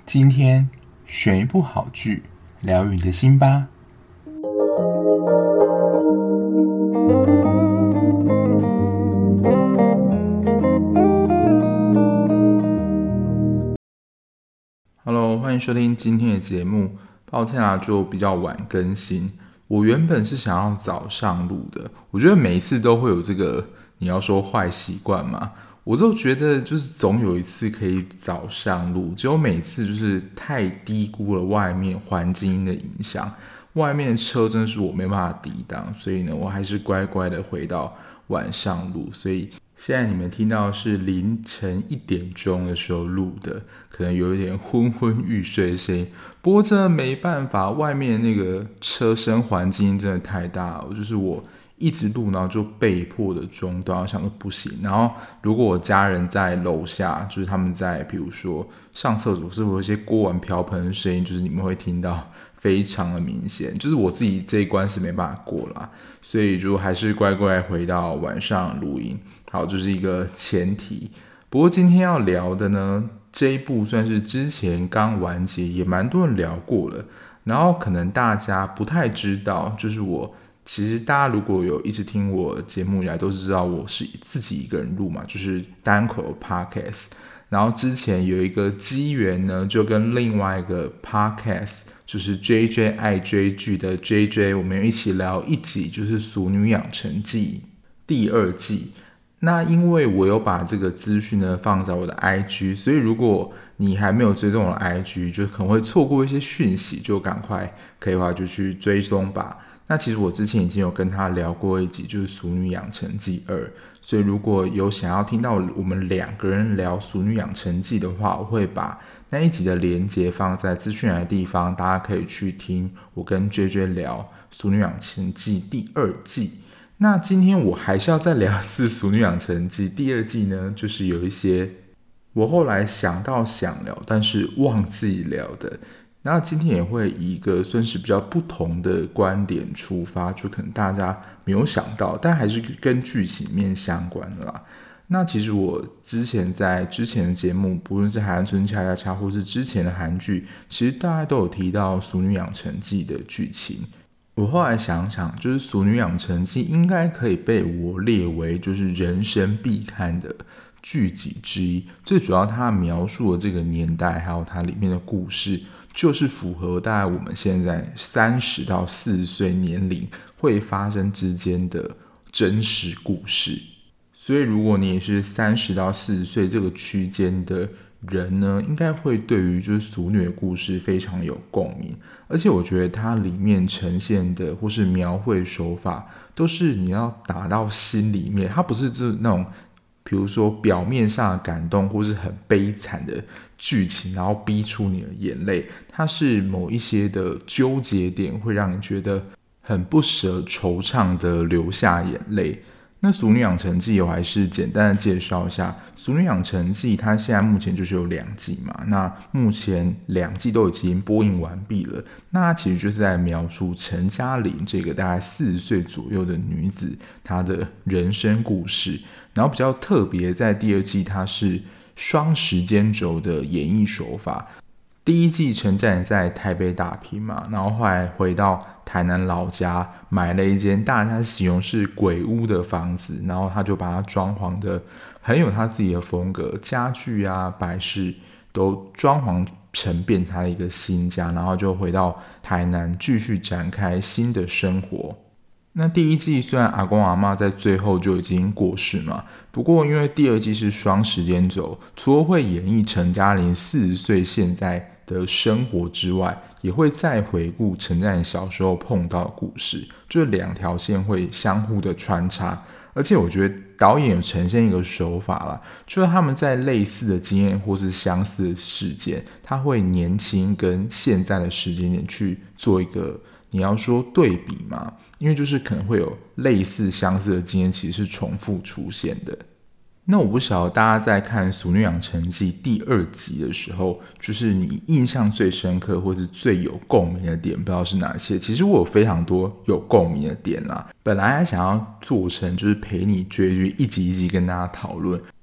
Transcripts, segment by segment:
今天选一部好剧，疗愈你的心吧。Hello， 欢迎收听今天的节目。抱歉啦，就比较晚更新。我原本是想要早上录的，我觉得每一次都会有这个你要说坏习惯嘛，我都觉得就是总有一次可以早上录，结果每次就是太低估了外面环境的影响，外面的车真的是我没办法抵挡，所以呢，我还是乖乖的回到晚上录，所以现在你们听到的是凌晨1点钟的时候录的，可能有一点昏昏欲睡的声音，不过真的没办法，外面那个车声环境真的太大了，就是我一直录，然后就被迫的中断，我想说不行。然后如果我家人在楼下，就是他们在比如说上厕所，是会有一些锅碗瓢盆的声音，就是你们会听到非常的明显，就是我自己这一关是没办法过啦，所以就还是乖乖回到晚上录音。好，这是一个前提。不过今天要聊的呢，这一部算是之前刚完结，也蛮多人聊过了。然后可能大家不太知道，就是其实大家如果有一直听我节目以来，都知道我是自己一个人录嘛，就是单口 podcast。然后之前有一个机缘呢，就跟另外一个 podcast， 就是 JJ 爱追剧的 JJ， 我们一起聊一集，就是《俗女养成记》第2季。那因为我有把这个资讯呢放在我的 IG， 所以如果你还没有追踪我的 IG， 就可能会错过一些讯息，就赶快可以的话就去追踪吧。那其实我之前已经有跟他聊过一集，就是《俗女养成记2》，所以如果有想要听到我们2个人聊《俗女养成记》的话，我会把那一集的连结放在资讯栏的地方，大家可以去听我跟 JJ 聊《俗女养成记》第2季。那今天我还是要再聊一次《俗女养成记》第2季呢，就是有一些我后来想聊，但是忘记聊的。那今天也会以一个算是比较不同的观点出发，就可能大家没有想到，但还是跟剧情面相关的啦。那其实我在之前的节目，不论是海岸村恰恰恰，或是之前的韩剧，其实大家都有提到《俗女养成记》的剧情。我后来想想，就是《俗女养成记》应该可以被我列为就是人生必看的剧集之一。最主要它描述的这个年代，还有它里面的故事，就是符合大概我们现在30到40岁年龄会发生之间的真实故事。所以如果你也是30到40岁这个区间的人呢，应该会对于就是俗女的故事非常有共鸣。而且我觉得它里面呈现的或是描绘手法，都是你要打到心里面，它不是就是那种比如说表面上的感动或是很悲惨的剧情，然后逼出你的眼泪，它是某一些的纠结点会让你觉得很不舍惆怅的流下眼泪。那《俗女养成记》我还是简单的介绍一下，《俗女养成记》它现在目前就是有2季嘛，那目前2季都已经播映完毕了。那它其实就是在描述陈嘉玲这个大概40岁左右的女子，她的人生故事。然后比较特别，在第2季它是双时间轴的演绎手法。第1季陈嘉玲在台北打拼嘛，然后后来回到台南老家，买了一间大家形容是鬼屋的房子，然后他就把它装潢的很有他自己的风格，家具啊摆饰都装潢成变成他的一个新家，然后就回到台南继续展开新的生活。那第1季虽然阿公阿嬷在最后就已经过世嘛，不过因为第2季是双时间轴，除了会演绎陈嘉玲40岁现在的生活之外，也会再回顾陈嘉玲小时候碰到的故事，这2条线会相互的穿插。而且我觉得导演有呈现一个手法啦，就是他们在类似的经验或是相似的事件，他会年轻跟现在的时间点去做一个你要说对比嘛，因为就是可能会有类似相似的经验其实是重复出现的。那我不晓得大家在看《俗女养成记》第2集的时候，就是你印象最深刻或是最有共鸣的点，不知道是哪些。其实我有非常多有共鸣的点啦，本来还想要做成就是陪你追剧一集一集跟大家讨论，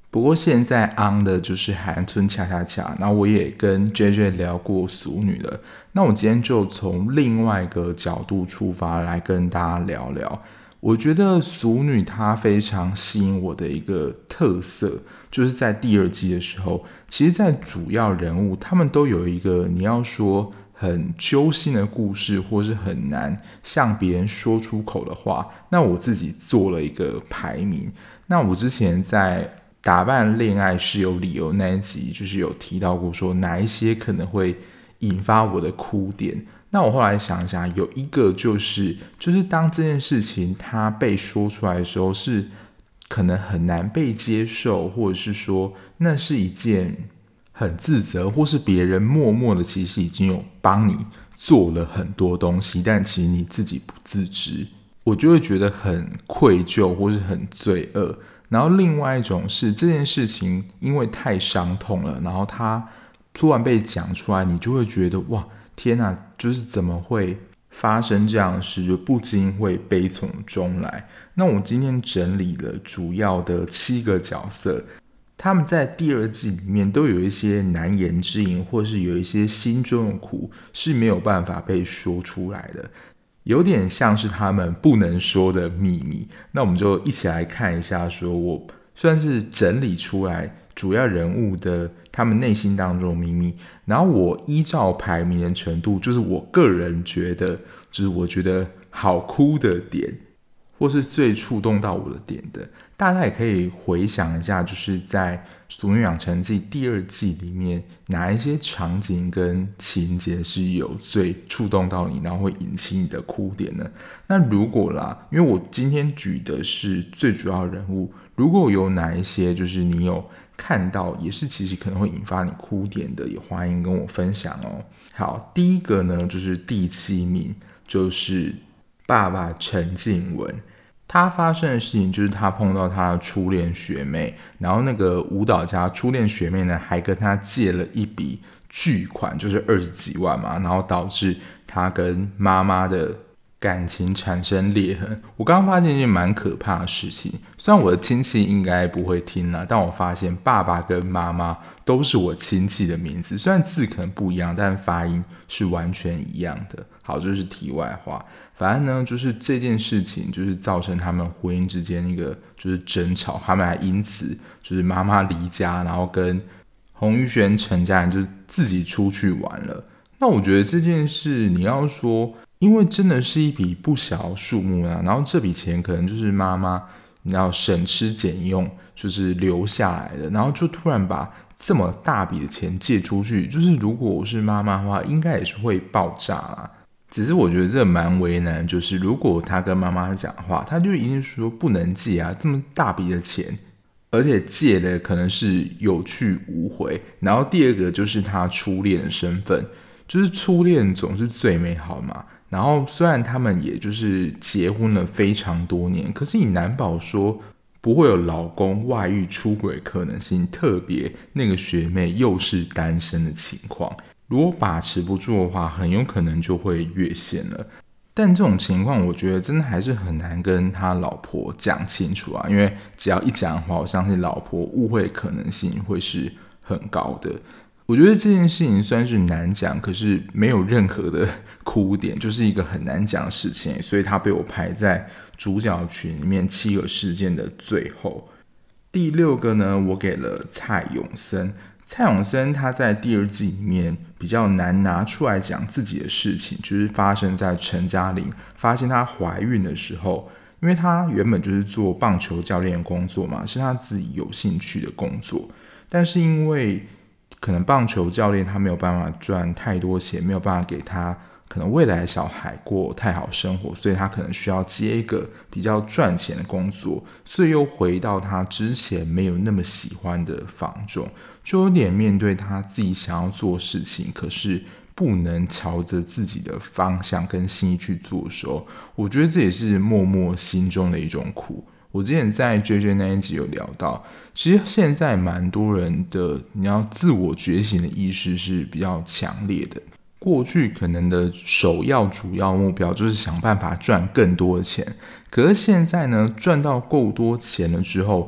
不过现在 on 的就是韩村恰恰恰，然后我也跟 JJ 聊过俗女了，那我今天就从另外一个角度出发来跟大家聊聊。我觉得俗女她非常吸引我的一个特色，就是在第二季的时候，其实在主要人物他们都有一个你要说很揪心的故事，或是很难向别人说出口的话，那我自己做了一个排名。那我之前在打扮恋爱是有理由那一集就是有提到过说哪一些可能会引发我的哭点。那我后来想一想，有一个就是当这件事情它被说出来的时候是可能很难被接受，或者是说那是一件很自责，或是别人默默的其实已经有帮你做了很多东西，但其实你自己不自知，我就会觉得很愧疚或是很罪恶。然后另外一种是这件事情因为太伤痛了，然后它突然被讲出来，你就会觉得哇天哪，就是怎么会发生这样的事，就不禁会悲从中来。那我今天整理了主要的7个角色，他们在第二季里面都有一些难言之隐，或是有一些心中的苦是没有办法被说出来的，有点像是他们不能说的秘密。那我们就一起来看一下，说我算是整理出来主要人物的他们内心当中的秘密，然后我依照排名的程度，就是我个人觉得，就是我觉得好哭的点，或是最触动到我的点的，大家也可以回想一下，就是在《俗女养成记》第二季里面，哪一些场景跟情节是有最触动到你，然后会引起你的哭点呢？那如果啦，因为我今天举的是最主要人物，如果有哪一些就是你有看到，也是其实可能会引发你哭点的，也欢迎跟我分享哦。好，第一个呢，就是第7名，就是爸爸陈静文。他发生的事情就是他碰到他的初恋学妹，然后那个舞蹈家初恋学妹呢还跟他借了一笔巨款，就是20几万嘛，然后导致他跟妈妈的感情产生裂痕。我刚刚发现一件蛮可怕的事情，虽然我的亲戚应该不会听啦，但我发现爸爸跟妈妈都是我亲戚的名字，虽然字可能不一样，但发音是完全一样的。好，这是题外话。反正呢，就是这件事情就是造成他们婚姻之间一个就是争吵，他们还因此就是妈妈离家，然后跟洪玉轩陈家人就是自己出去玩了。那我觉得这件事你要说，因为真的是一笔不小的数目啊，然后这笔钱可能就是妈妈你要省吃俭用就是留下来的，然后就突然把这么大笔的钱借出去，就是如果我是妈妈的话，应该也是会爆炸啦。只是我觉得这蛮为难的，就是如果他跟妈妈讲的话，他就一定说不能借啊，这么大笔的钱，而且借的可能是有去无回。然后第二个就是他初恋的身份，就是初恋总是最美好嘛。然后虽然他们也就是结婚了非常多年，可是你难保说不会有老公外遇出轨可能性，特别那个学妹又是单身的情况。如果把持不住的话，很有可能就会越线了。但这种情况，我觉得真的还是很难跟他老婆讲清楚啊，因为只要一讲的话，我相信老婆误会可能性会是很高的。我觉得这件事情算是难讲，可是没有任何的哭点，就是一个很难讲的事情，所以他被我排在主角群里面7个事件的最后。第6个呢，我给了蔡永森。蔡永森他在第二季里面比较难拿出来讲自己的事情，就是发生在陈嘉玲发现她怀孕的时候，因为她原本就是做棒球教练的工作嘛，是她自己有兴趣的工作，但是因为可能棒球教练他没有办法赚太多钱，没有办法给他可能未来的小孩过太好生活，所以他可能需要接一个比较赚钱的工作，所以又回到他之前没有那么喜欢的房中，就有点面对他自己想要做事情，可是不能朝着自己的方向跟心意去做的时候，我觉得这也是默默心中的一种苦。我之前在 JJ 那一集有聊到，其实现在蛮多人的你要自我觉醒的意识是比较强烈的。过去可能的首要主要目标就是想办法赚更多的钱，可是现在呢，赚到够多钱了之后，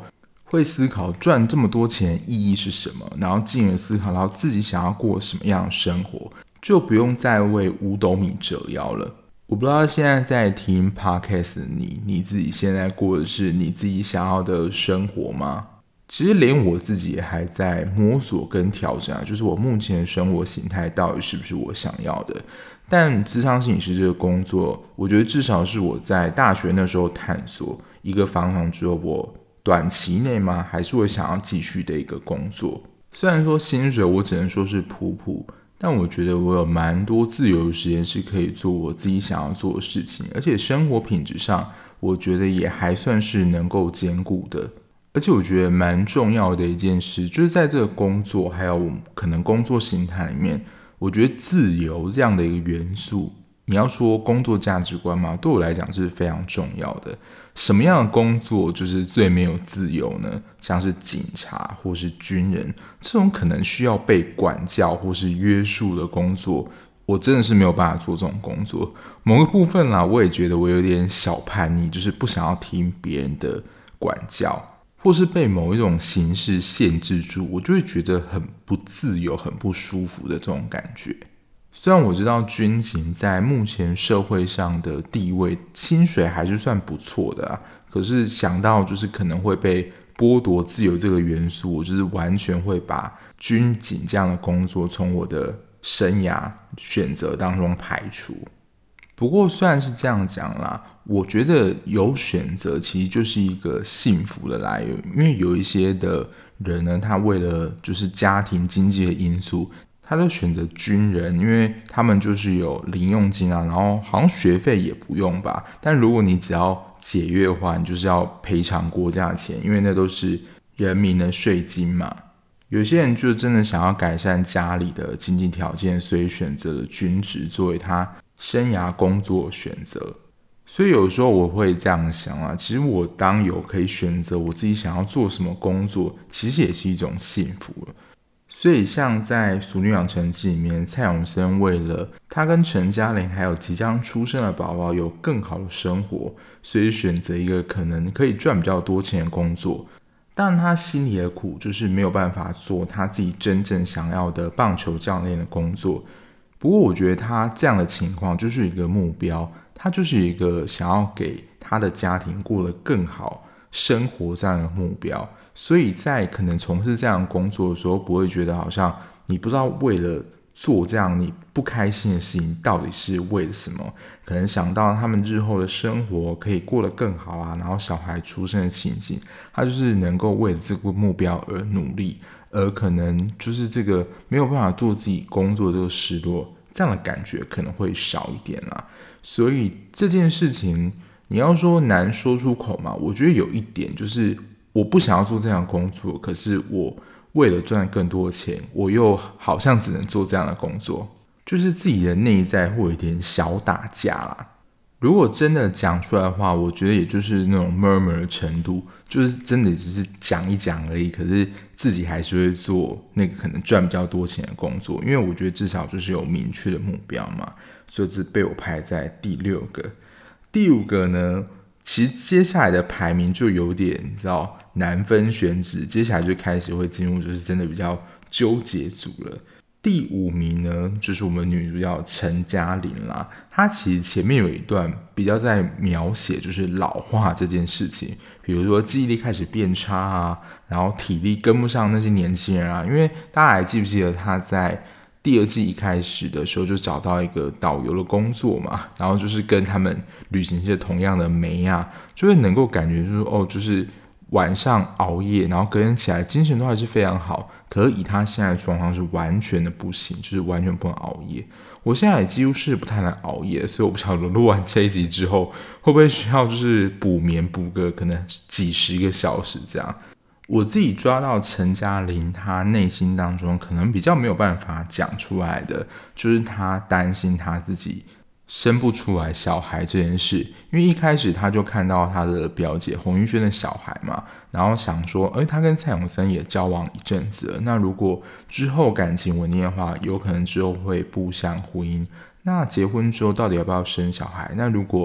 会思考赚这么多钱的意义是什么，然后进而思考到自己想要过什么样的生活，就不用再为五斗米折腰了。我不知道现在在听 podcast 的你自己现在过的是你自己想要的生活吗？其实连我自己也还在摸索跟调整就是我目前的生活形态到底是不是我想要的。但諮商心理师这个工作，我觉得至少是我在大学那时候探索一个方向之后，我短期内嘛还是会想要继续的一个工作。虽然说薪水我只能说是普普，但我觉得我有蛮多自由的时间是可以做我自己想要做的事情，而且生活品质上我觉得也还算是能够兼顾的。而且我觉得蛮重要的一件事，就是在这个工作还有可能工作形态里面，我觉得自由这样的一个元素，你要说工作价值观嘛，对我来讲是非常重要的。什么样的工作就是最没有自由呢？像是警察或是军人这种可能需要被管教或是约束的工作，我真的是没有办法做这种工作。某个部分啦，我也觉得我有点小叛逆，就是不想要听别人的管教，或是被某一种形式限制住，我就会觉得很不自由、很不舒服的这种感觉。虽然我知道军警在目前社会上的地位，薪水还是算不错的可是想到就是可能会被剥夺自由这个元素，我就是完全会把军警这样的工作从我的生涯选择当中排除。不过虽然是这样讲啦，我觉得有选择其实就是一个幸福的来源，因为有一些的人呢，他为了就是家庭经济的因素，他就选择军人，因为他们就是有零用金然后好像学费也不用吧，但如果你只要解约的话，你就是要赔偿国家的钱，因为那都是人民的税金嘛。有些人就真的想要改善家里的经济条件，所以选择了军职作为他生涯工作选择。所以有时候我会这样想其实我当有可以选择我自己想要做什么工作，其实也是一种幸福了。所以像在《俗女养成记》里面，蔡永森为了他跟陈嘉玲还有即将出生的宝宝有更好的生活，所以选择一个可能可以赚比较多钱的工作。但他心里的苦就是没有办法做他自己真正想要的棒球教练的工作。不过我觉得他这样的情况就是一个目标，他就是一个想要给他的家庭过得更好生活这样的目标。所以在可能从事这样的工作的时候，不会觉得好像你不知道为了做这样你不开心的事情到底是为了什么，可能想到他们日后的生活可以过得更好然后小孩出生的情景，他就是能够为了这个目标而努力，而可能就是这个没有办法做自己工作的这个失落，这样的感觉可能会少一点啦。所以这件事情你要说难说出口嘛，我觉得有一点就是我不想要做这样的工作，可是我为了赚更多的钱，我又好像只能做这样的工作，就是自己的内在会有一点小打架啦。如果真的讲出来的话，我觉得也就是那种 murmur 的程度，就是真的只是讲一讲而已，可是自己还是会做那个可能赚比较多钱的工作，因为我觉得至少就是有明确的目标嘛，所以这被我排在第6个。第5个呢，其实接下来的排名就有点你知道难分选址，接下来就开始会进入就是真的比较纠结组了。第5名呢，就是我们女主角陈嘉玲啦。她其实前面有一段比较在描写就是老化这件事情，比如说记忆力开始变差然后体力跟不上那些年轻人因为大家还记不记得她在第2季一开始的时候就找到一个导游的工作嘛，然后就是跟他们旅行社同样的妹就会能够感觉就是就是晚上熬夜，然后隔天起来精神都还是非常好，可是以他现在的状况是完全的不行，就是完全不能熬夜。我现在也几乎是不太能熬夜，所以我不晓得录完这一集之后会不会需要就是补眠补个可能几10个小时这样。我自己抓到陈嘉玲她内心当中可能比较没有办法讲出来的，就是她担心她自己生不出来小孩这件事。因为一开始他就看到他的表姐洪玉轩的小孩嘛，然后想说他跟蔡永森也交往一阵子了，那如果之后感情稳定的话，有可能之后会步向婚姻，那结婚之后到底要不要生小孩，那如果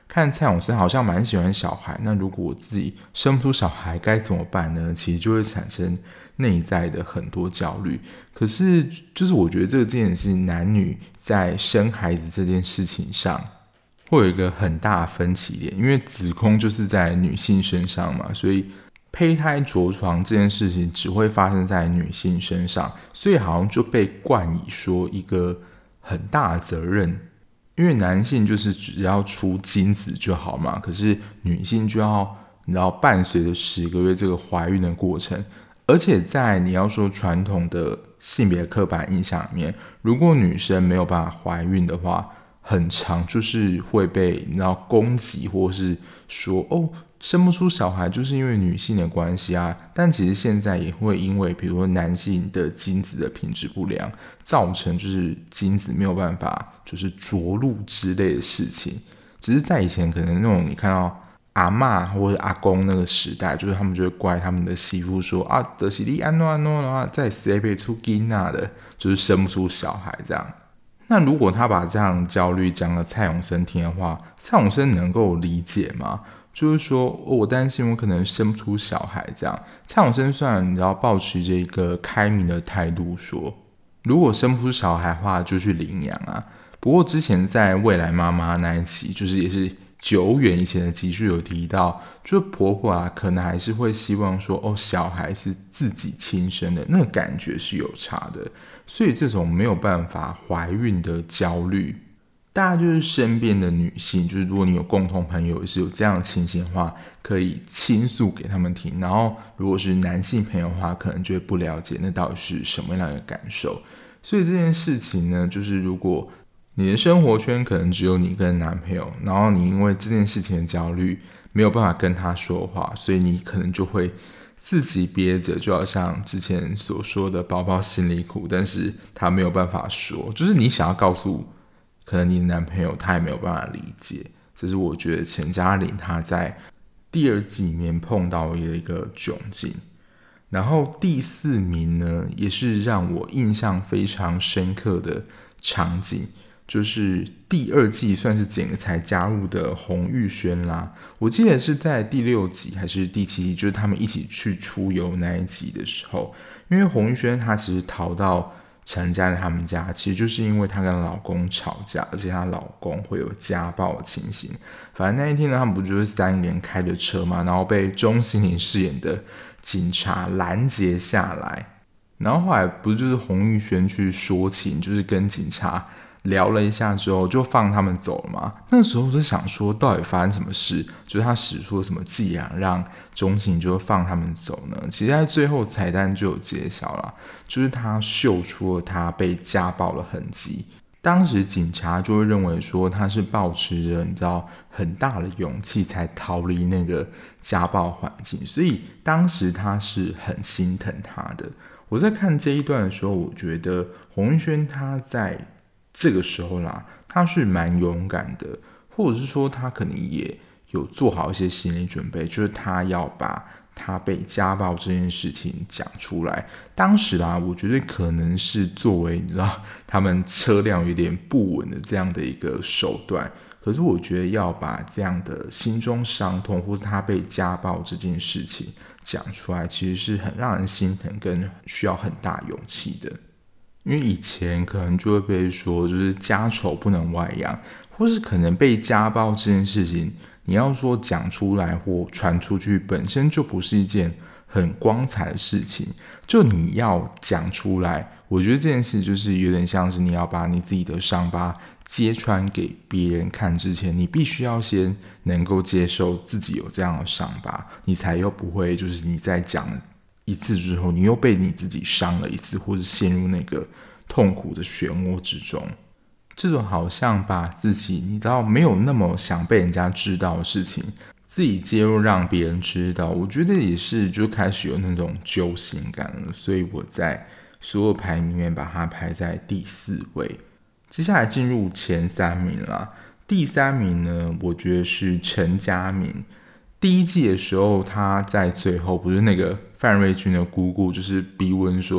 看蔡永森好像蛮喜欢小孩，那如果我自己生不出小孩该怎么办呢？其实就会产生内在的很多焦虑。可是就是我觉得这件事男女在生孩子这件事情上会有一个很大的分歧点，因为子宫就是在女性身上嘛，所以胚胎着床这件事情只会发生在女性身上，所以好像就被冠以说一个很大的责任，因为男性就是只要出精子就好嘛，可是女性就要你知道伴随着10个月这个怀孕的过程，而且在你要说传统的性别刻板印象里面，如果女生没有办法怀孕的话，很常就是会被你知道攻击，或是说生不出小孩就是因为女性的关系啊。但其实现在也会因为比如说男性的精子的品质不良，造成就是精子没有办法就是着陆之类的事情。只是在以前可能那种你看到阿嬷或者阿公那个时代，就是他们就会怪他们的媳妇说啊，就是你安诺的话，在谁被出囡仔的，就是生不出小孩这样。那如果他把这样焦虑讲了蔡永森听的话，蔡永森能够理解吗？就是说我担心我可能生不出小孩这样。蔡永森虽然你知道保持着一个开明的态度说，如果生不出小孩的话就去领养啊。不过之前在未来妈妈那一期，就是也是久远以前的集数有提到，就是婆婆啊可能还是会希望说小孩是自己亲生的，那个感觉是有差的。所以这种没有办法怀孕的焦虑，大家就是身边的女性，就是如果你有共同朋友也是有这样的情形的话，可以倾诉给他们听。然后如果是男性朋友的话，可能就会不了解那到底是什么样的感受。所以这件事情呢，就是如果你的生活圈可能只有你跟男朋友，然后你因为这件事情的焦虑没有办法跟他说话，所以你可能就会自己憋着，就好像之前所说的宝宝心里苦，但是他没有办法说，就是你想要告诉可能你的男朋友，他也没有办法理解。这是我觉得陈嘉玲她在第2季里面碰到的一个窘境。然后第4名呢，也是让我印象非常深刻的场景，就是第2季算是整个才加入的洪玉轩啦。我记得是在第6集还是第7集，就是他们一起去出游那一集的时候，因为洪玉轩她其实逃到陈嘉玲他们家，其实就是因为她跟老公吵架，而且她老公会有家暴的情形。反正那一天呢，他们不就是3个人开着车嘛，然后被钟欣凌饰演的警察拦截下来，然后后来不是就是洪玉轩去说情，就是跟警察聊了一下之后就放他们走了嘛。那时候我就想说到底发生什么事，就是他使出了什么伎俩让钟欣凌就放他们走呢？其实在最后彩蛋就有揭晓了，就是他秀出了他被家暴的痕迹。当时警察就会认为说他是抱持着你知道很大的勇气才逃离那个家暴环境，所以当时他是很心疼他的。我在看这一段的时候，我觉得洪玉轩他在这个时候啦，他是蛮勇敢的，或者是说他可能也有做好一些心理准备，就是他要把他被家暴这件事情讲出来。当时啦，我觉得可能是作为你知道他们车辆有点不稳的这样的一个手段，可是我觉得要把这样的心中伤痛或是他被家暴这件事情讲出来，其实是很让人心疼跟需要很大勇气的。因为以前可能就会被说就是家丑不能外扬，或是可能被家暴这件事情你要说讲出来或传出去本身就不是一件很光彩的事情，就你要讲出来，我觉得这件事就是有点像是你要把你自己的伤疤揭穿给别人看之前，你必须要先能够接受自己有这样的伤疤，你才又不会就是你在讲一次之后，你又被你自己伤了一次，或是陷入那个痛苦的漩涡之中。这种好像把自己你知道没有那么想被人家知道的事情，自己揭露让别人知道，我觉得也是就开始有那种揪心感了。所以我在所有排名里面把它排在第4位。接下来进入前3名啦。第3名呢，我觉得是陈嘉明。第1季的时候，他在最后不是那个范瑞君的姑姑就是逼问说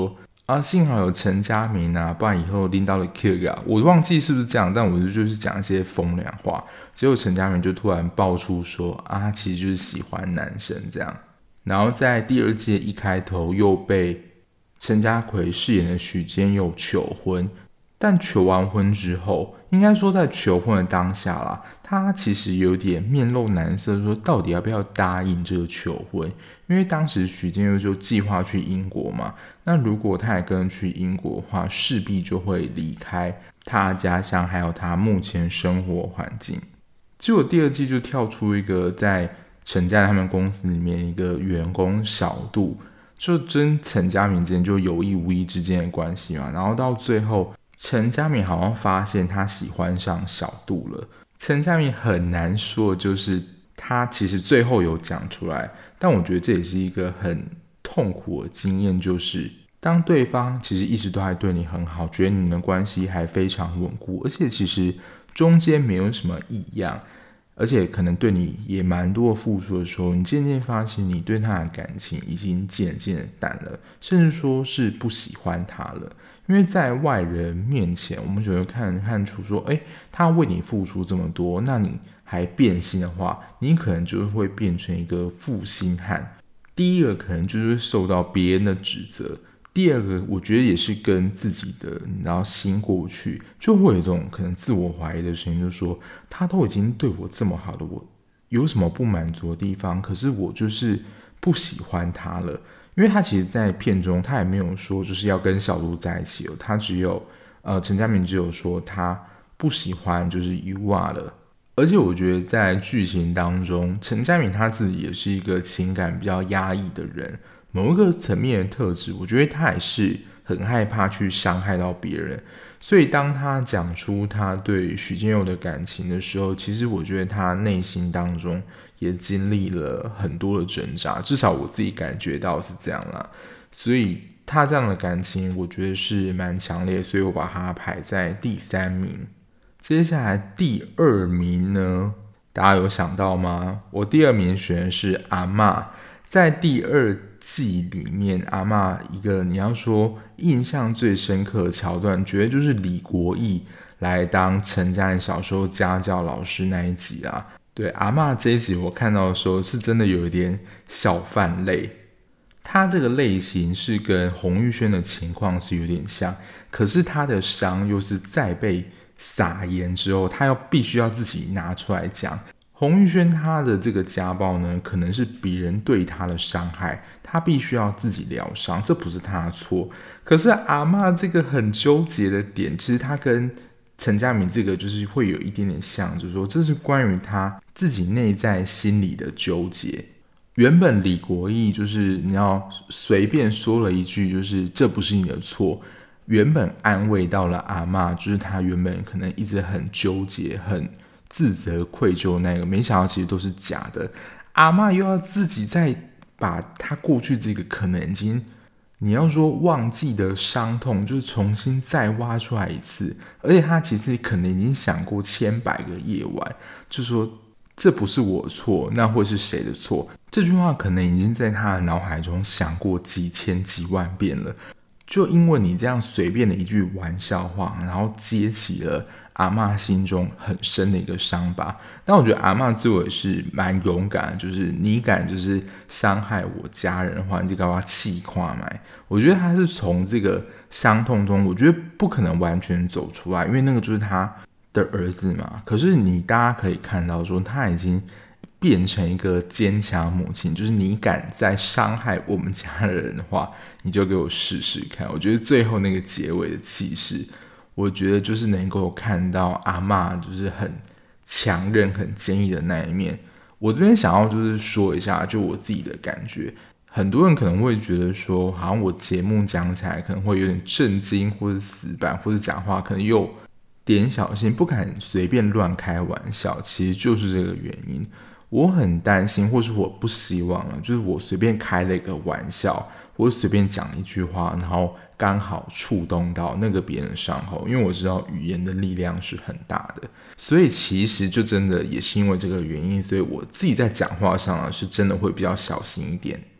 啊，幸好有陈家明啊，不然以后拎到了 Q 啊，我忘记是不是这样，但我就是讲一些风凉话，结果陈家明就突然爆出说啊，他其实就是喜欢男生这样，然后在第二届一开头又被陈家奎饰演的许坚佑求婚，但求完婚之后，应该说在求婚的当下啦，他其实有点面露难色，说到底要不要答应这个求婚，因为当时许坚佑就计划去英国嘛，那如果他也跟着去英国的话，势必就会离开他的家乡，还有他目前生活环境。结果第二季就跳出一个在陈家他们公司里面一个员工小杜，就跟陈家明之间就有意无意之间的关系嘛，然后到最后陈家明好像发现他喜欢上小杜了，陈家明很难说，就是他其实最后有讲出来，但我觉得这也是一个很痛苦的经验，就是当对方其实一直都还对你很好，觉得你们的关系还非常稳固，而且其实中间没有什么异样，而且可能对你也蛮多的付出的时候，你渐渐发现你对他的感情已经渐渐的淡了，甚至说是不喜欢他了。因为在外人面前，我们就会看出说，他为你付出这么多，那你还变心的话，你可能就会变成一个负心汉。第一个可能就是受到别人的指责，第二个我觉得也是跟自己的心过不去，就会有一种可能自我怀疑的声音，就是说他都已经对我这么好了，我有什么不满足的地方？可是我就是不喜欢他了。因为他其实在片中他也没有说就是要跟小鹿在一起了，他只有陈家明只有说他不喜欢就是 UR 了。而且我觉得在剧情当中，陈家明他自己也是一个情感比较压抑的人，某一个层面的特质，我觉得他也是很害怕去伤害到别人，所以当他讲出他对许建佑的感情的时候，其实我觉得他内心当中也经历了很多的挣扎，至少我自己感觉到是这样啦。所以他这样的感情我觉得是蛮强烈，所以我把他排在第3名。接下来第2名呢，大家有想到吗？我第2名选的是阿嬷。在第2季里面，阿嬷一个你要说印象最深刻的桥段，绝对就是李国毅来当陈家人小时候家教老师那一集啊。对，阿嬷这一集我看到的时候是真的有一点小泛泪，他这个类型是跟洪玉轩的情况是有点像，可是他的伤又是在被撒盐之后，他必须要自己拿出来讲。洪玉轩他的这个家暴呢，可能是别人对他的伤害，他必须要自己疗伤，这不是他的错。可是阿嬷这个很纠结的点，其实他跟陈家明这个就是会有一点点像，就是说这是关于他自己内在心理的纠结。原本李国毅就是你要随便说了一句，就是这不是你的错，原本安慰到了阿嬷，就是他原本可能一直很纠结、很自责、愧疚那个，没想到其实都是假的。阿嬷又要自己再把他过去这个可能已经你要说忘记的伤痛，就是重新再挖出来一次，而且他其实可能已经想过千百个夜晚，就说这不是我错，那会是谁的错？这句话可能已经在他的脑海中想过几千几万遍了。就因为你这样随便的一句玩笑话，然后揭起了阿嬷心中很深的一个伤疤。但我觉得阿嬷做的是蛮勇敢的，就是你敢就是伤害我家人的话，你就给我气垮买。我觉得他是从这个伤痛中，我觉得不可能完全走出来，因为那个就是他的儿子嘛。可是大家可以看到说，他已经变成一个坚强母亲，就是你敢再伤害我们家人的话，你就给我试试看。我觉得最后那个结尾的气势，我觉得就是能够看到阿嬷就是很强韧、很坚毅的那一面。我这边想要就是说一下，就我自己的感觉。很多人可能会觉得说，好像我节目讲起来可能会有点震惊，或者死板，或者讲话可能又点小心，不敢随便乱开玩笑，其实就是这个原因。我很担心，或是我不希望了，就是我随便开了一个玩笑，或者随便讲一句话，然后刚好触动到那个别人的伤口，因为我知道语言的力量是很大的，所以其实就真的也是因为这个原因，所以我自己在讲话上是真的会比较小心一点。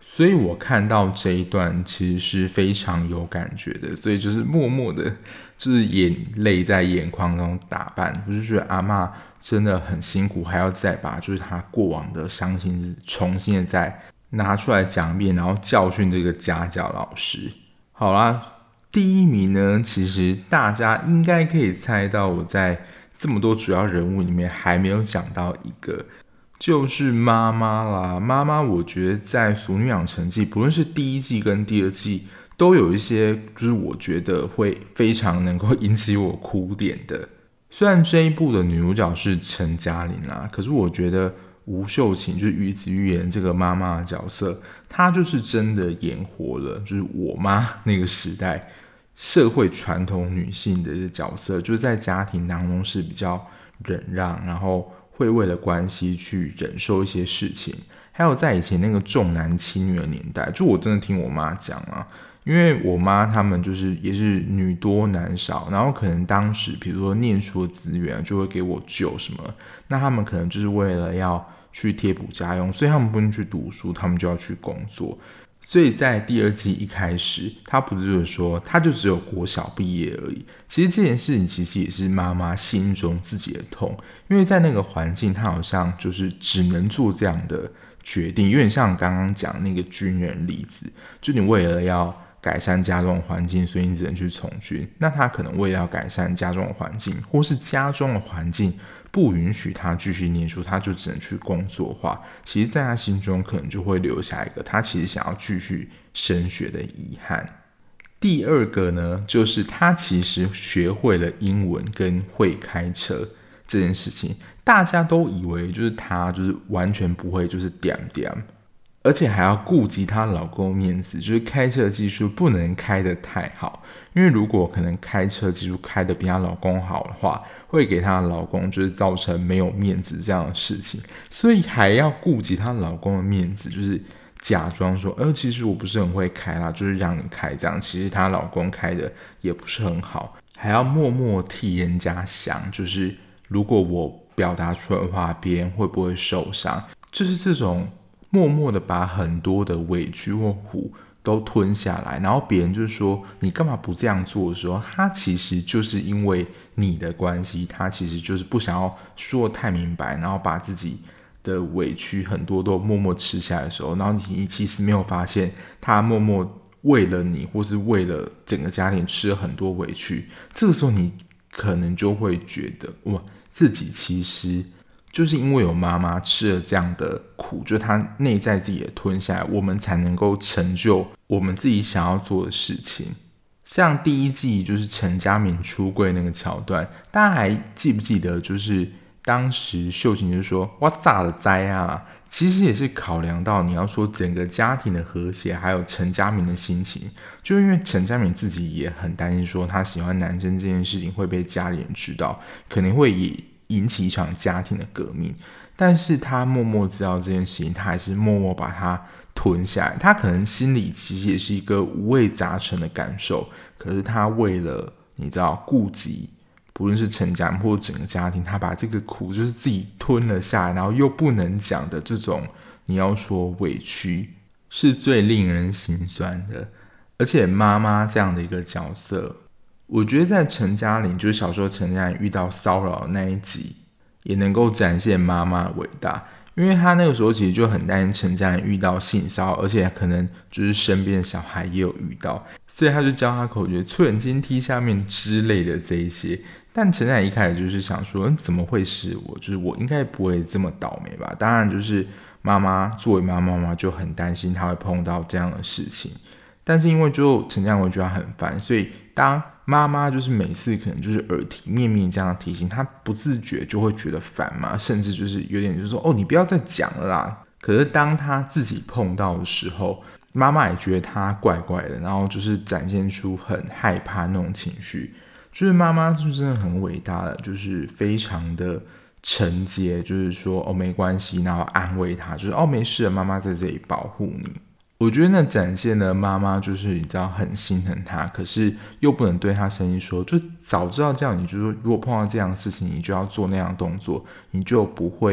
所以我看到这一段其实是非常有感觉的，所以就是默默的，就是眼泪在眼眶中打扮，我就觉得阿嬷真的很辛苦，还要再把就是她过往的伤心事重新的再拿出来讲一遍，然后教训这个家教老师。好啦，第一名呢，其实大家应该可以猜到，我在这么多主要人物里面还没有讲到一个。就是妈妈啦，妈妈，我觉得在《俗女养成记》，不论是第一季跟第二季，都有一些就是我觉得会非常能够引起我哭点的。虽然这一部的女主角是陈嘉玲啦，可是我觉得吴秀琴就是于子玉演这个妈妈的角色，她就是真的演活了，就是我妈那个时代社会传统女性的角色，就是在家庭当中是比较忍让，然后会为了关系去忍受一些事情，还有在以前那个重男轻女的年代，就我真的听我妈讲啊，因为我妈他们就是也是女多男少，然后可能当时比如说念书的资源就会给我舅什么，那他们可能就是为了要去贴补家用，所以他们不能去读书，他们就要去工作。所以在第二季一开始，他不是就是说，他就只有国小毕业而已。其实这件事情其实也是妈妈心中自己的痛，因为在那个环境，他好像就是只能做这样的决定，有点像刚刚讲那个军人例子，就你为了要改善家中的环境，所以你只能去从军。那他可能为了要改善家中的环境，或是家中的环境不允许他继续念书，他就只能去工作的话，其实在他心中可能就会留下一个他其实想要继续升学的遗憾。第二个呢，就是他其实学会了英文跟会开车这件事情，大家都以为就是他就是完全不会，就是点点，而且还要顾及她老公面子，就是开车技术不能开得太好，因为如果可能开车技术开得比她老公好的话，会给她老公就是造成没有面子这样的事情，所以还要顾及她老公的面子，就是假装说，其实我不是很会开啦，就是让你开这样，其实她老公开的也不是很好，还要默默替人家想，就是如果我表达出来的话，别人会不会受伤，就是这种默默的把很多的委屈或苦都吞下来，然后别人就说你干嘛不这样做的时候，他其实就是因为你的关系，他其实就是不想要说太明白，然后把自己的委屈很多都默默吃下来的时候，然后你其实没有发现他默默为了你或是为了整个家庭吃了很多委屈，这个时候你可能就会觉得哇，自己其实就是因为有妈妈吃了这样的苦，就她内在自己也吞下来，我们才能够成就我们自己想要做的事情。像第一季就是陈嘉明出柜那个桥段，大家还记不记得？就是当时秀琴就说“我咋的灾啊”，其实也是考量到你要说整个家庭的和谐，还有陈嘉明的心情，就因为陈嘉明自己也很担心说他喜欢男生这件事情会被家里人知道，可能会引起一场家庭的革命，但是他默默知道这件事情，他还是默默把它吞下来。他可能心里其实也是一个五味杂陈的感受，可是他为了你知道顾及，不论是陈家或整个家庭，他把这个苦就是自己吞了下来，然后又不能讲的这种，你要说委屈，是最令人心酸的。而且妈妈这样的一个角色，我觉得在陈嘉玲就是小时候陈嘉玲遇到骚扰的那一集，也能够展现妈妈的伟大，因为她那个时候其实就很担心陈嘉玲遇到性骚扰，而且可能就是身边的小孩也有遇到，所以她就教她口诀“淬人筋踢下面”之类的这一些。但陈嘉玲一开始就是想说，怎么会是我？就是我应该不会这么倒霉吧？当然，就是妈妈作为妈妈就很担心她会碰到这样的事情。但是因为就陈嘉玲觉得她很烦，所以当妈妈就是每次可能就是耳提面命这样提醒，她不自觉就会觉得烦嘛，甚至就是有点就是说你不要再讲了啦。可是当她自己碰到的时候，妈妈也觉得她怪怪的，然后就是展现出很害怕那种情绪。就是妈妈是真的很伟大的，就是非常的承接，就是说没关系，然后安慰她，就是没事了，妈妈在这里保护你。我觉得那展现了妈妈就是你知道很心疼她，可是又不能对她生气说，就早知道这样，你就说如果碰到这样的事情，你就要做那样的动作，你就不会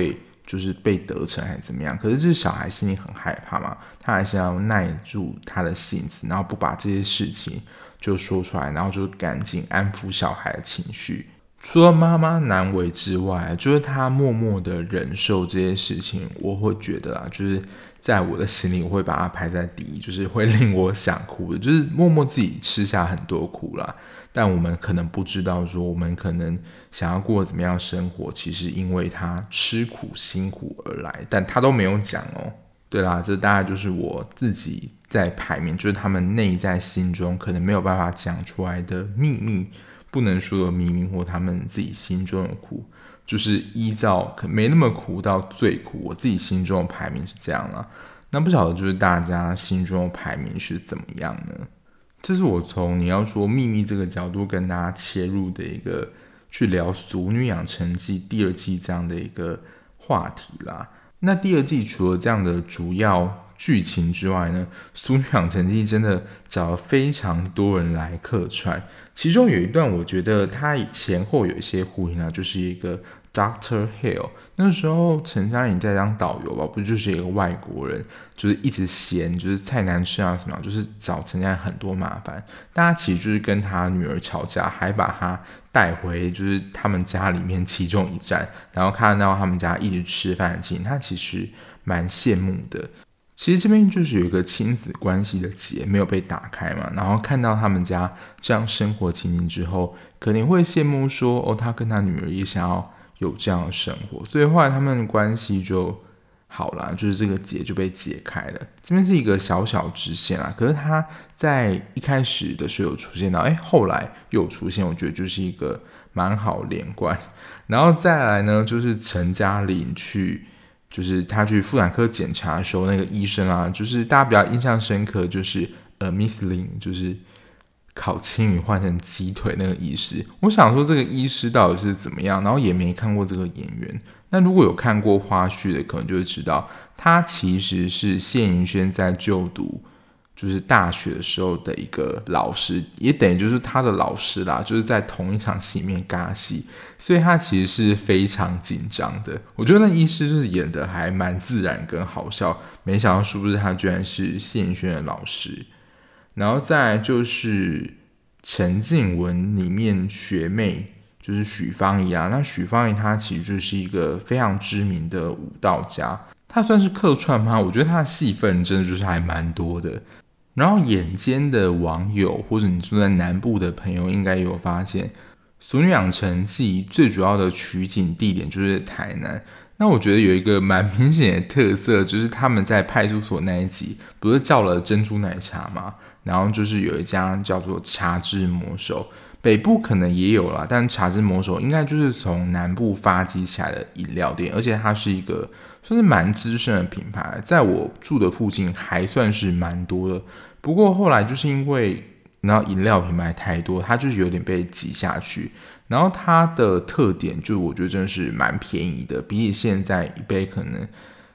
就是被得逞还是怎么样。可是这小孩心里很害怕嘛，他还是要耐住他的性子，然后不把这些事情就说出来，然后就赶紧安抚小孩的情绪。除了妈妈难为之外，就是他默默的忍受这些事情，我会觉得啦，就是在我的心里，我会把它排在第一，就是会令我想哭的，就是默默自己吃下很多苦啦。但我们可能不知道说，我们可能想要过怎么样的生活，其实因为他吃苦辛苦而来，但他都没有讲哦。对啦，这大概就是我自己在排名，就是他们内在心中可能没有办法讲出来的秘密。不能说的秘密或他们自己心中的苦，就是依照没那么苦到最苦，我自己心中的排名是这样啦。那不晓得就是大家心中的排名是怎么样呢？这是我从你要说秘密这个角度跟大家切入的一个去聊《俗女养成记》第2季这样的一个话题啦。那第2季除了这样的主要剧情之外呢，《俗女养成记》真的找了非常多人来客串，其中有一段我觉得它前后有一些呼应啊，就是一个 Dr. Hill， 那时候陈嘉玲在当导游吧，不就是一个外国人，就是一直嫌就是菜难吃啊什么，就是找陈嘉玲很多麻烦。大家其实就是跟他女儿吵架，还把他带回就是他们家里面其中一站，然后看到他们家一直吃饭的情景，他其实蛮羡慕的。其实这边就是有一个亲子关系的结没有被打开嘛，然后看到他们家这样生活情景之后，可能会羡慕说，哦，他跟他女儿也想要有这样的生活，所以后来他们的关系就好啦，就是这个结就被解开了。这边是一个小小支线啦，可是他在一开始的时候有出现到，后来又有出现，我觉得就是一个蛮好连贯。然后再来呢，就是陈嘉玲就是他去妇产科检查的时候，那个医生啊，就是大家比较印象深刻，就是Miss Lin， 就是烤青鱼换成鸡腿那个医师。我想说这个医师到底是怎么样，然后也没看过这个演员。那如果有看过花絮的，可能就会知道，他其实是谢盈萱在就读就是大学的时候的一个老师，也等于就是他的老师啦，就是在同一场戏里面尬戏，所以他其实是非常紧张的。我觉得那医师就是演的还蛮自然跟好笑，没想到是不是他居然是谢盈萱的老师。然后再来就是陈静文里面学妹就是许芳宜啊，那许芳宜她其实就是一个非常知名的舞蹈家，她算是客串吗？我觉得她的戏份真的就是还蛮多的。然后眼尖的网友或者你住在南部的朋友应该有发现，《俗女养成记》最主要的取景地点就是台南。那我觉得有一个蛮明显的特色，就是他们在派出所那一集不是叫了珍珠奶茶吗？然后就是有一家叫做茶之魔手，北部可能也有啦，但茶之魔手应该就是从南部发迹起来的饮料店，而且它是一个算是蛮资深的品牌，在我住的附近还算是蛮多的。不过后来就是因为然后饮料品牌太多，它就是有点被挤下去。然后它的特点就我觉得真的是蛮便宜的，比起现在一杯可能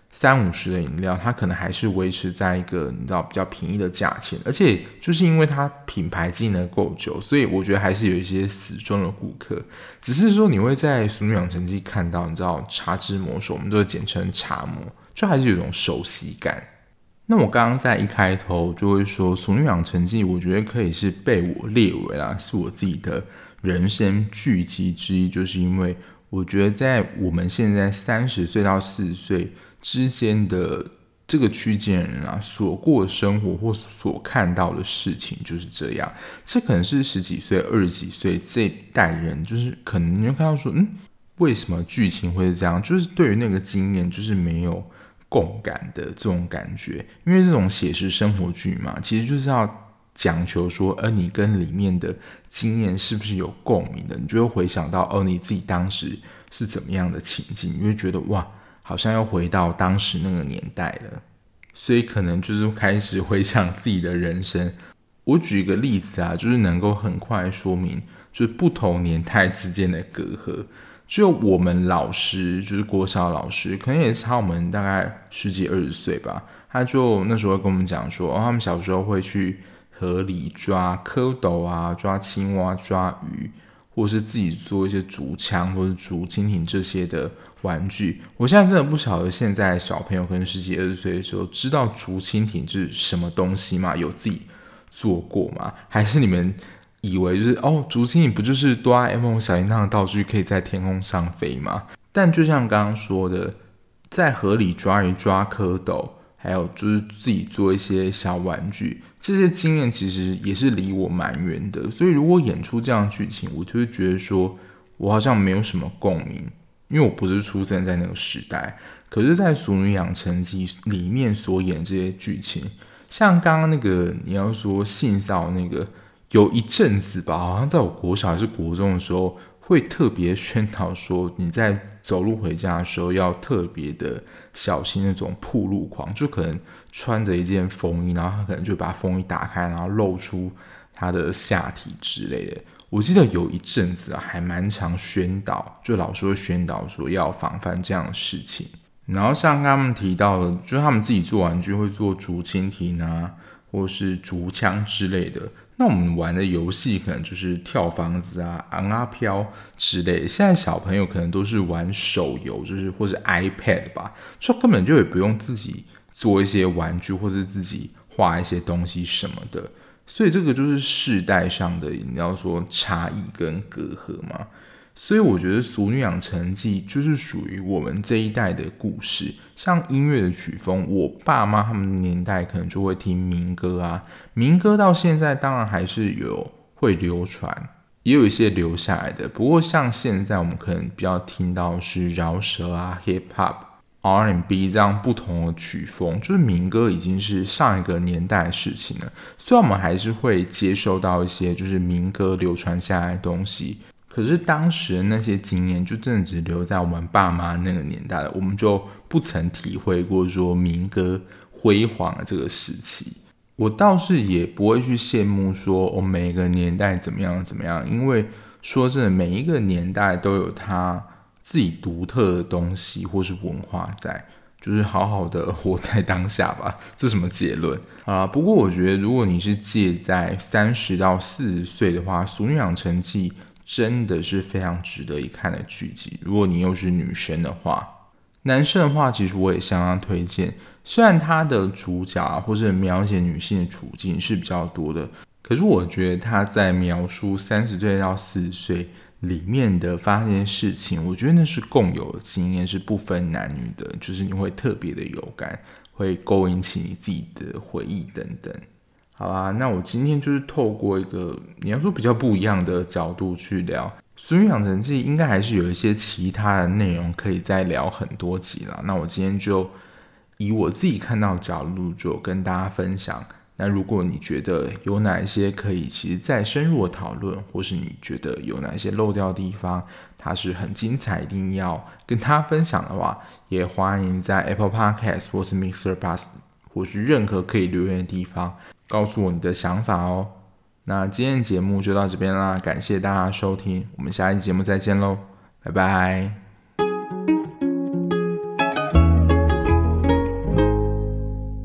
30-50的饮料，它可能还是维持在一个你知道比较便宜的价钱，而且就是因为它品牌经营的够久，所以我觉得还是有一些死忠的顾客。只是说你会在《俗女养成记》看到，你知道茶之魔手，我们都会简称茶魔，就还是有一种熟悉感。那我刚刚在一开头就会说，《俗女养成记》我觉得可以是被我列为啦，是我自己的人生剧集之一，就是因为我觉得在我们现在30岁到40岁之间的这个区间人啊，所过的生活或所看到的事情就是这样。这可能是10几岁、20几岁这一代人，就是可能你会看到说，为什么剧情会是这样？就是对于那个经验，就是没有共感的这种感觉。因为这种写实生活剧嘛，其实就是要讲求说，你跟里面的经验是不是有共鸣的？你就会回想到，你自己当时是怎么样的情境，你会觉得哇，好像又回到当时那个年代了。所以可能就是开始回想自己的人生。我举一个例子啊，就是能够很快说明，就是不同年代之间的隔阂。就我们老师，就是国小老师，可能也差我们大概10几20岁吧。他就那时候跟我们讲说，他们小时候会去河里抓蝌蚪啊，抓青蛙，抓鱼， 或者是自己做一些竹枪或者竹蜻蜓这些的玩具。我现在真的不晓得现在小朋友可能10几20岁的时候知道竹蜻蜓是什么东西吗？有自己做过吗？还是你们以为就是竹蜻蜓不就是哆啦 A 梦小叮当的道具，可以在天空上飞吗？但就像刚刚说的，在河里抓鱼抓蝌蚪，还有就是自己做一些小玩具，这些经验其实也是离我蛮远的。所以如果演出这样的剧情，我就会觉得说我好像没有什么共鸣，因为我不是出生在那个时代。可是在《俗女养成记》里面所演这些剧情，像刚刚那个你要说性骚那个，有一阵子吧，好像在我国小还是国中的时候，会特别宣导说你在走路回家的时候要特别的小心那种暴露狂，就可能穿着一件风衣，然后他可能就把风衣打开，然后露出他的下体之类的。我记得有一阵子还蛮常宣导，就老师会宣导说要防范这样的事情。然后像他们提到的，就是他们自己做玩具会做竹蜻蜓啊，或是竹枪之类的。那我们玩的游戏可能就是跳房子啊、昂啊飘之类的。现在小朋友可能都是玩手游，就是或是 iPad 吧，就根本就也不用自己做一些玩具，或是自己画一些东西什么的。所以这个就是世代上的你要说差异跟隔阂嘛。所以我觉得《俗女养成记》就是属于我们这一代的故事。像音乐的曲风，我爸妈他们年代可能就会听民歌啊，民歌到现在当然还是有会流传，也有一些留下来的。不过像现在我们可能比较听到是饶舌啊、hip hop、R&B 这样不同的曲风，就是民歌已经是上一个年代的事情了。虽然我们还是会接受到一些就是民歌流传下来的东西。可是当时的那些经验就真的只留在我们爸妈那个年代了，我们就不曾体会过说民歌辉煌的这个时期。我倒是也不会去羡慕说每个年代怎么样怎么样，因为说真的，每一个年代都有它自己独特的东西或是文化在，就是好好的活在当下吧。这是什么结论啊？不过我觉得如果你是介在30到40岁的话，《俗女养成记》真的是非常值得一看的剧集。如果你又是女生的话，男生的话其实我也相当推荐。虽然他的主角或是描写女性的处境是比较多的，可是我觉得他在描述30岁到40岁里面的发生事情，我觉得那是共有的经验，是不分男女的，就是你会特别的有感，会勾引起你自己的回忆等等。好啦，那我今天就是透过一个你要说比较不一样的角度去聊《俗女养成记》，应该还是有一些其他的内容可以再聊很多集啦。那我今天就以我自己看到的角度就跟大家分享。那如果你觉得有哪一些可以其实再深入的讨论，或是你觉得有哪一些漏掉的地方，它是很精彩，一定要跟大家分享的话，也欢迎在 Apple Podcast 或是 Mixer Bus 或是任何可以留言的地方告诉我你的想法哦。那今天的节目就到这边啦，感谢大家收听，我们下一期节目再见喽，拜拜。